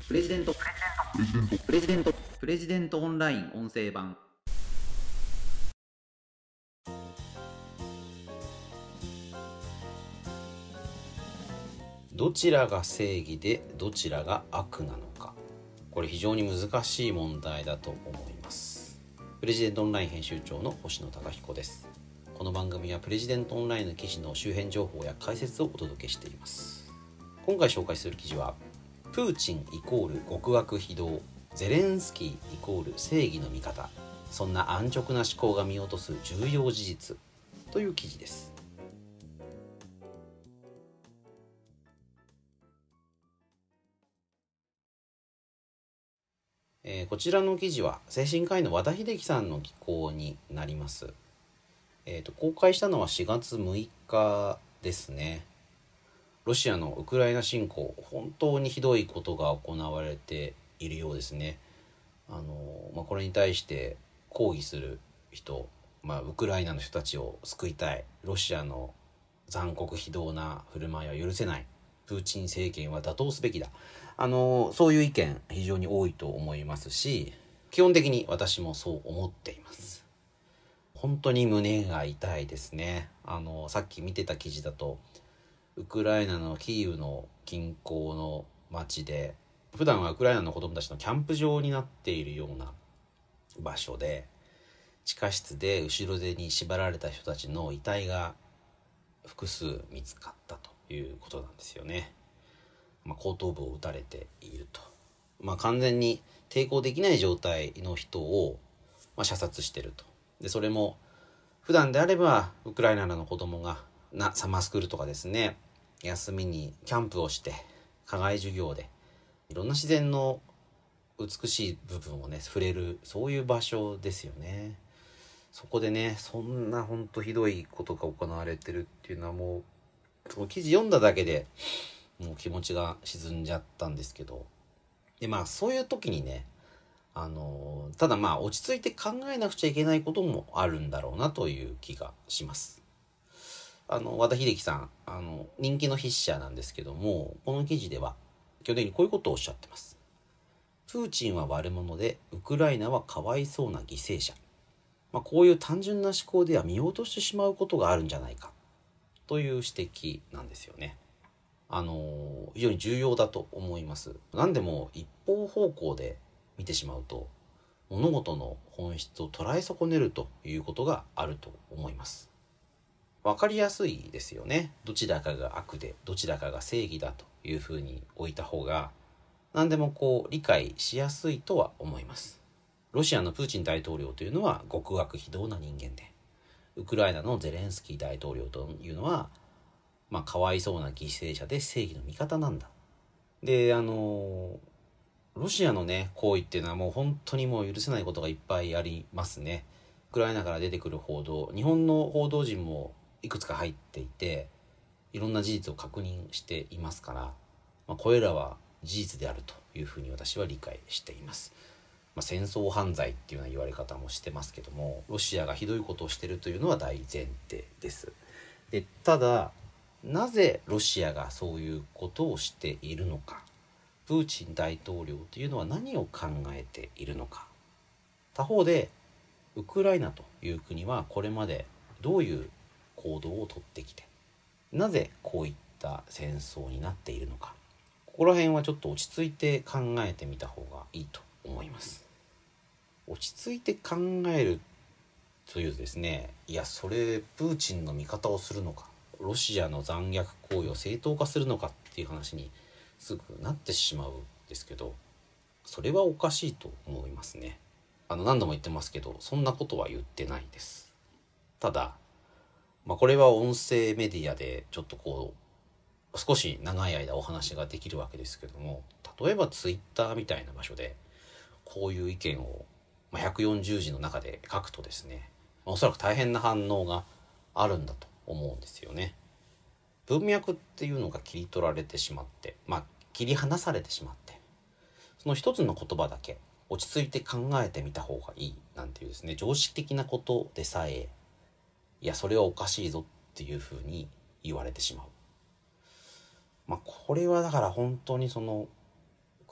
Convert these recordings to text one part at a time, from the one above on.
プレジデントオンライン音声版。 どちらが正義でどちらが悪なのか、これ非常に難しい問題だと思います。プレジデントオンライン編集長の星野貴彦です。この番組はプレジデントオンラインの記事の周辺情報や解説をお届けしています。今回紹介する記事は、プーチンイコール極悪非道、ゼレンスキーイコール正義の味方、そんな安直な思考が見落とす重要事実という記事です。こちらの記事は精神科医の和田秀樹さんの寄稿になります。公開したのは4月6日ですね。ロシアのウクライナ侵攻、本当にひどいことが行われているようですね。これに対して抗議する人、ウクライナの人たちを救いたい、ロシアの残酷非道な振る舞いは許せない、プーチン政権は打倒すべきだ、そういう意見非常に多いと思いますし、基本的に私もそう思っています。本当に胸が痛いですね。さっき見てた記事だと、ウクライナのキーウの近郊の町で、普段はウクライナの子供たちのキャンプ場になっているような場所で、地下室で後ろ手に縛られた人たちの遺体が複数見つかったということなんですよね。後頭部を撃たれていると。完全に抵抗できない状態の人を、射殺していると。で、それも普段であればウクライナの子供がサマースクールとかですね、休みにキャンプをして課外授業でいろんな自然の美しい部分をね触れる、そういう場所ですよね。そこでね、そんな本当ひどいことが行われてるっていうのは、もうその記事読んだだけでもう気持ちが沈んじゃったんですけど、でそういう時にね、ただ落ち着いて考えなくちゃいけないこともあるんだろうなという気がします。和田秀樹さん、人気の筆者なんですけども、この記事では基本的にこういうことをおっしゃってます。プーチンは悪者でウクライナはかわいそうな犠牲者、こういう単純な思考では見落としてしまうことがあるんじゃないかという指摘なんですよね。非常に重要だと思います。何でも一方方向で見てしまうと、物事の本質を捉え損ねるということがあると思います。わかりやすいですよね。どちらかが悪でどちらかが正義だというふうに置いた方が、何でも理解しやすいとは思います。ロシアのプーチン大統領というのは極悪非道な人間で、ウクライナのゼレンスキー大統領というのはかわいそうな犠牲者で正義の味方なんだ。で、ロシアのね行為っていうのはもう本当にもう許せないことがいっぱいありますね。ウクライナから出てくる報道、日本の報道陣もいくつか入っていて、いろんな事実を確認していますから、これらは事実であるというふうに私は理解しています。戦争犯罪っていうような言われ方もしてますけども、ロシアがひどいことをしているというのは大前提です。で、ただなぜロシアがそういうことをしているのか、プーチン大統領というのは何を考えているのか、他方でウクライナという国はこれまでどういう行動をとってきて、なぜこういった戦争になっているのか、ここら辺はちょっと落ち着いて考えてみた方がいいと思います。落ち着いて考えるというですね、いやそれプーチンの味方をするのか、ロシアの残虐行為を正当化するのかっていう話にすぐなってしまうんですけど、それはおかしいと思いますね。何度も言ってますけど、そんなことは言ってないです。ただこれは音声メディアでちょっと少し長い間お話ができるわけですけども、例えばツイッターみたいな場所でこういう意見を140字の中で書くとですね、おそらく大変な反応があるんだと思うんですよね。文脈っていうのが切り取られてしまって、切り離されてしまって、その一つの言葉だけ落ち着いて考えてみた方がいいなんていうですね、常識的なことでさえ、いやそれはおかしいぞっていうふうに言われてしまう。これはだから本当にその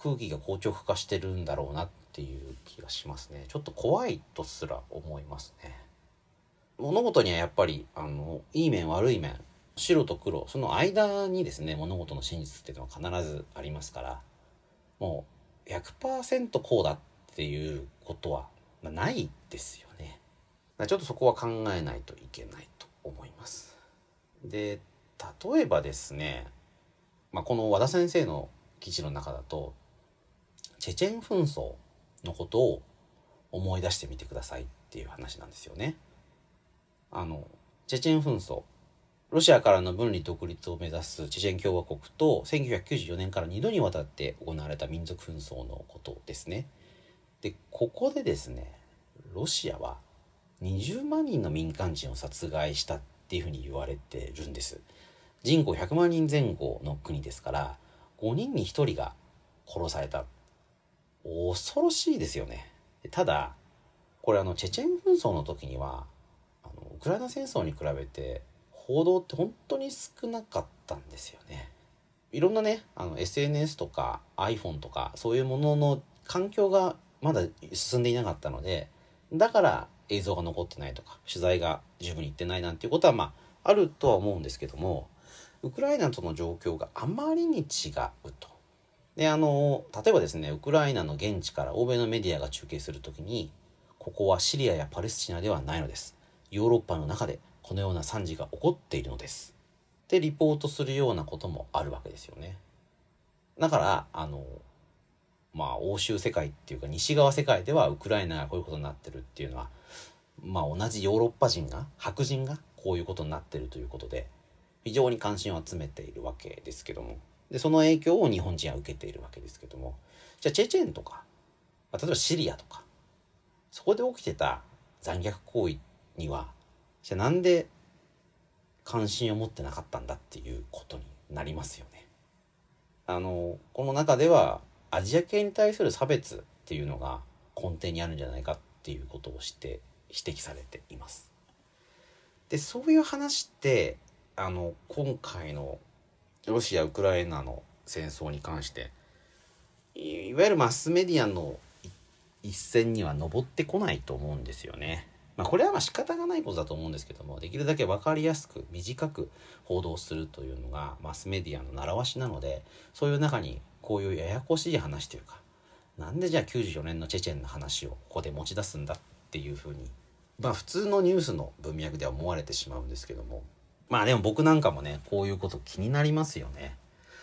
空気が硬直化してるんだろうなっていう気がしますね。ちょっと怖いとすら思いますね。物事にはやっぱりいい面悪い面、白と黒、その間にですね、物事の真実っていうのは必ずありますから、もう 100% こうだっていうことは、ないですよね。ちょっとそこは考えないといけないと思います。で、例えばですね、この和田先生の記事の中だと、チェチェン紛争のことを思い出してみてくださいっていう話なんですよね。チェチェン紛争、ロシアからの分離独立を目指すチェチェン共和国と1994年から2度にわたって行われた民族紛争のことですね。で、ここでですね、ロシアは20万人の民間人を殺害したっていうふうに言われてるんです。人口100万人前後の国ですから、5人に1人が殺された。恐ろしいですよね。ただ、これチェチェン紛争の時には、ウクライナ戦争に比べて報道って本当に少なかったんですよね。いろんなね、SNS とか iPhone とかそういうものの環境がまだ進んでいなかったので、だから映像が残ってないとか取材が十分にいってないなんていうことはあるとは思うんですけども、ウクライナとの状況があまりに違うと。で、例えばですね、ウクライナの現地から欧米のメディアが中継するときに、ここはシリアやパレスチナではないのです。ヨーロッパの中でこのような惨事が起こっているのです。で、リポートするようなこともあるわけですよね。だから、欧州世界っていうか西側世界ではウクライナがこういうことになってるっていうのは、同じヨーロッパ人が、白人がこういうことになってるということで、非常に関心を集めているわけですけども、でその影響を日本人は受けているわけですけども、じゃあチェチェンとか、例えばシリアとか、そこで起きてた残虐行為には、じゃあなんで関心を持ってなかったんだっていうことになりますよね。この中ではアジア系に対する差別っていうのが根底にあるんじゃないかっていうことをして指摘されています。で、そういう話って今回のロシア・ウクライナの戦争に関して、いわゆるマスメディアの一線には上ってこないと思うんですよね。これは仕方がないことだと思うんですけども、できるだけ分かりやすく短く報道するというのがマスメディアの習わしなので、そういう中にこういうややこしい話というか、なんでじゃあ94年のチェチェンの話をここで持ち出すんだっていうふうに、普通のニュースの文脈では思われてしまうんですけども、でも僕なんかもね、こういうこと気になりますよね。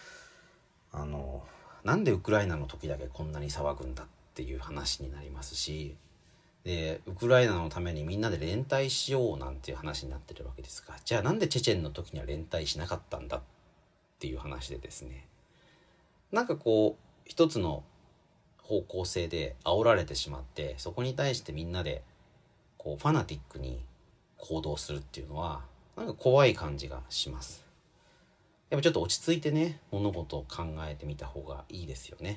なんでウクライナの時だけこんなに騒ぐんだっていう話になりますし、でウクライナのためにみんなで連帯しようなんていう話になってるわけですが、じゃあなんでチェチェンの時には連帯しなかったんだっていう話でですね、一つの方向性で煽られてしまって、そこに対してみんなでファナティックに行動するっていうのは怖い感じがします。やっぱちょっと落ち着いてね、物事を考えてみた方がいいですよね。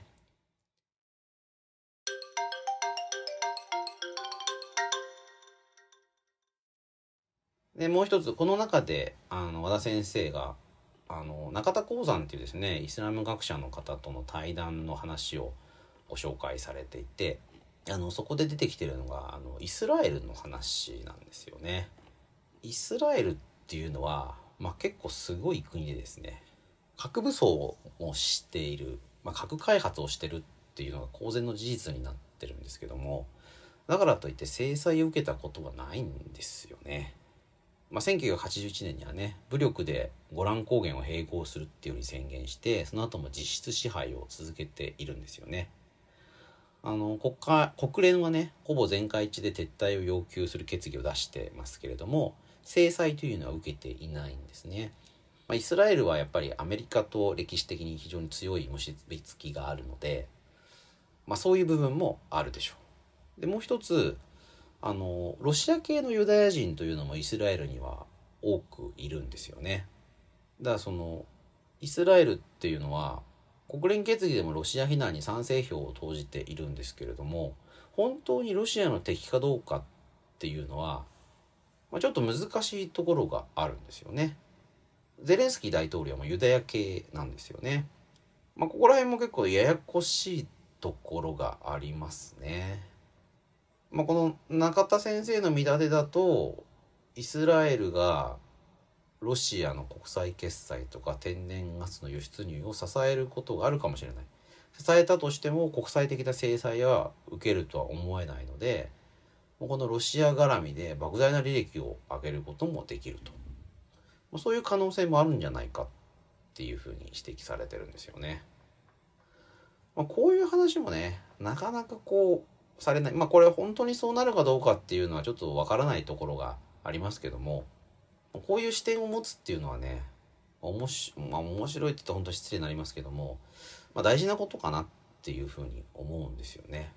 で、もう一つ、この中で和田先生が中田鉱山っていうですね、イスラム学者の方との対談の話をご紹介されていて、そこで出てきてるのがイスラエルの話なんですよね。イスラエルっていうのは、結構すごい国でですね、核武装をしている、核開発をしてるっていうのが公然の事実になってるんですけども、だからといって制裁を受けたことはないんですよね。1981年にはね、武力でゴラン高原を併合するっていうように宣言して、その後も実質支配を続けているんですよね。国連はね、ほぼ全会一致で撤退を要求する決議を出してますけれども、制裁というのは受けていないんですね。イスラエルはやっぱりアメリカと歴史的に非常に強い結びつきがあるので、そういう部分もあるでしょう。で、もう一つ、ロシア系のユダヤ人というのもイスラエルには多くいるんですよね。だからイスラエルっていうのは国連決議でもロシア非難に賛成票を投じているんですけれども、本当にロシアの敵かどうかっていうのは、ちょっと難しいところがあるんですよね。ゼレンスキー大統領もユダヤ系なんですよね。 ここら辺も結構ややこしいところがありますね。この中田先生の見立てだと、イスラエルがロシアの国際決済とか天然ガスの輸出入を支えることがあるかもしれない。支えたとしても国際的な制裁は受けるとは思えないので、このロシア絡みで莫大な利益を上げることもできると。そういう可能性もあるんじゃないかっていうふうに指摘されてるんですよね。こういう話もね、なかなかされない。これ本当にそうなるかどうかっていうのはちょっとわからないところがありますけども、こういう視点を持つっていうのはね、面白いって言ったら本当失礼になりますけども、大事なことかなっていうふうに思うんですよね。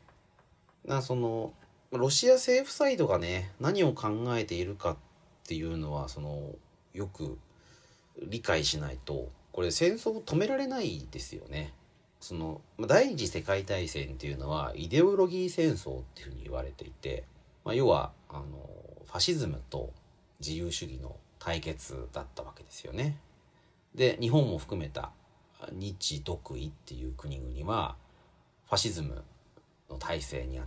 ロシア政府サイドがね、何を考えているかっていうのはよく理解しないと、これ戦争を止められないですよね。第二次世界大戦っていうのはイデオロギー戦争っていうふうに言われていて、要はファシズムと自由主義の対決だったわけですよね。で、日本も含めた日独伊っていう国々はファシズムの体制にあって、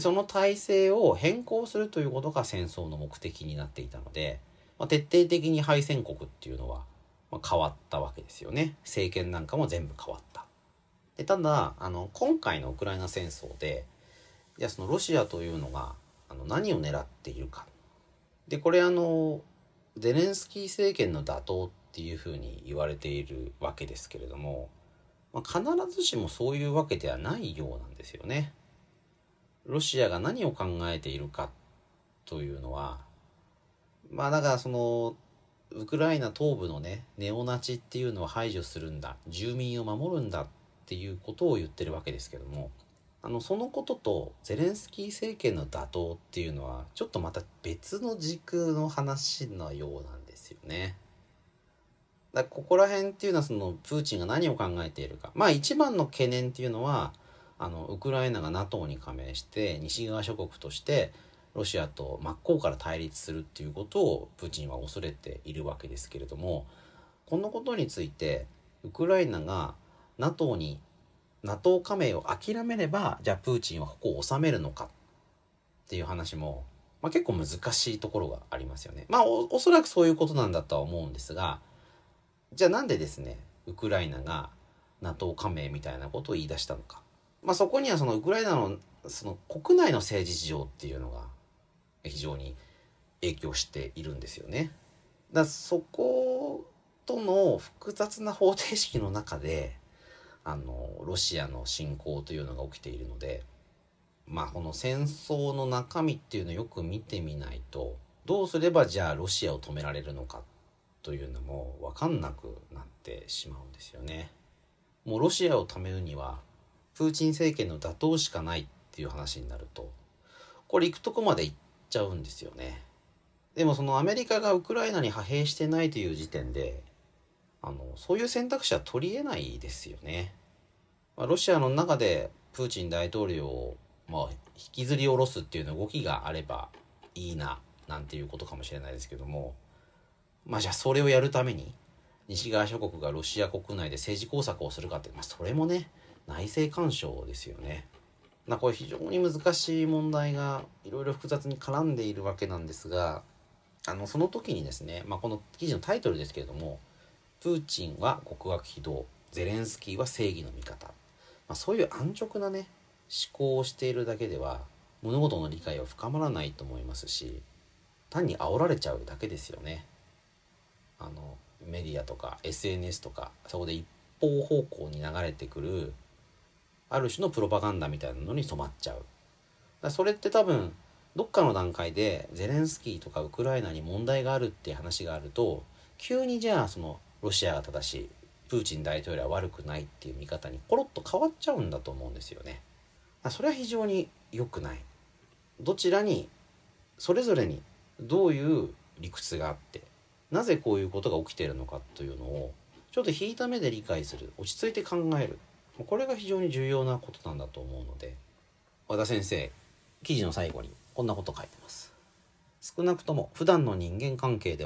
その体制を変更するということが戦争の目的になっていたので、徹底的に敗戦国っていうのは変わったわけですよね。政権なんかも全部変わった。で、ただ今回のウクライナ戦争で、じゃあそのロシアというのが何を狙っているか。で、これゼレンスキー政権の打倒っていうふうに言われているわけですけれども、必ずしもそういうわけではないようなんですよね。ロシアが何を考えているかというのは、だからウクライナ東部のね、ネオナチっていうのを排除するんだ、住民を守るんだっていうことを言ってるわけですけども、そのこととゼレンスキー政権の打倒っていうのはちょっとまた別の軸の話のようなんですよね。だからここら辺っていうのはプーチンが何を考えているか。一番の懸念っていうのはウクライナが NATO に加盟して西側諸国としてロシアと真っ向から対立するっていうことをプーチンは恐れているわけですけれども、このことについてウクライナが NATO 加盟を諦めれば、じゃあプーチンは矛を収めるのかっていう話も、結構難しいところがありますよね。おそらくそういうことなんだとは思うんですが、じゃあなんでですね、ウクライナが NATO 加盟みたいなことを言い出したのか。そこにはウクライナの国内の政治事情っていうのが非常に影響しているんですよね。そことの複雑な方程式の中でロシアの侵攻というのが起きているので、この戦争の中身っていうのをよく見てみないと、どうすればじゃあロシアを止められるのかというのも分かんなくなってしまうんですよね。もうロシアを止めるにはプーチン政権の打倒しかないっていう話になると、これ行くとこまで行っちゃうんですよね。でもアメリカがウクライナに派兵してないという時点でそういう選択肢は取り得ないですよね。ロシアの中でプーチン大統領を引きずり下ろすっていう動きがあればいいななんていうことかもしれないですけども、じゃあそれをやるために西側諸国がロシア国内で政治工作をするかって、それもね、内政干渉ですよね。これ非常に難しい問題がいろいろ複雑に絡んでいるわけなんですが、その時にですね、この記事のタイトルですけれども、プーチンは極悪非道、ゼレンスキーは正義の味方、そういう安直なね思考をしているだけでは物事の理解は深まらないと思いますし、単に煽られちゃうだけですよね。メディアとか SNS とか、そこで一方方向に流れてくるある種のプロパガンダみたいなのに染まっちゃう。それって多分どっかの段階でゼレンスキーとかウクライナに問題があるっていう話があると、急にじゃあロシアが正しい、プーチン大統領は悪くないっていう見方にコロッと変わっちゃうんだと思うんですよね。それは非常に良くない。どちらにそれぞれにどういう理屈があって、なぜこういうことが起きているのかというのをちょっと引いた目で理解する、落ち着いて考える、これが非常に重要なことなんだと思うので、和田先生記事の最後にこんなこと書いてます。少なくとも普段の人間関係では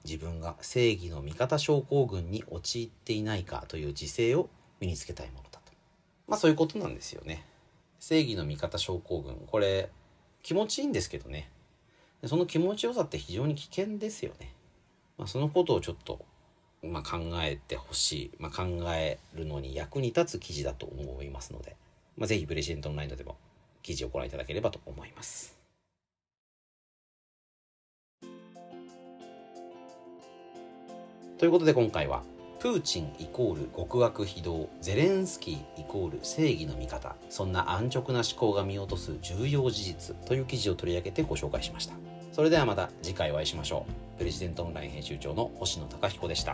自分が正義の味方症候群に陥っていないかという自制を身につけたいものだと。そういうことなんですよね。正義の味方症候群、これ気持ちいいんですけどね、その気持ちよさって非常に危険ですよね。そのことをちょっと考えてほしい、考えるのに役に立つ記事だと思いますので、ぜひプレジデントオンラインでも記事をご覧いただければと思います。ということで今回はプーチンイコール極悪非道、ゼレンスキーイコール正義の味方、そんな安直な思考が見落とす重要事実という記事を取り上げてご紹介しました。それではまた次回お会いしましょう。プレジデントオンライン編集長の星野貴彦でした。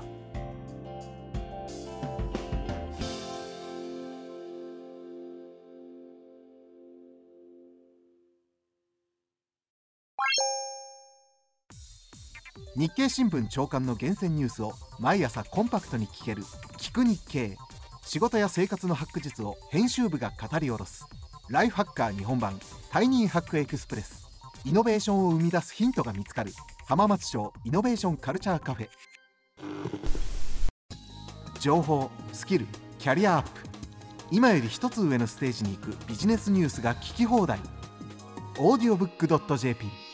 日経新聞朝刊の厳選ニュースを毎朝コンパクトに聞ける聞く日経。仕事や生活のハック術を編集部が語り下ろすライフハッカー日本版タイニーハックエクスプレス。イノベーションを生み出すヒントが見つかる浜松町イノベーションカルチャーカフェ。情報、スキル、キャリアアップ、今より一つ上のステージに行くビジネスニュースが聞き放題。audiobook.jp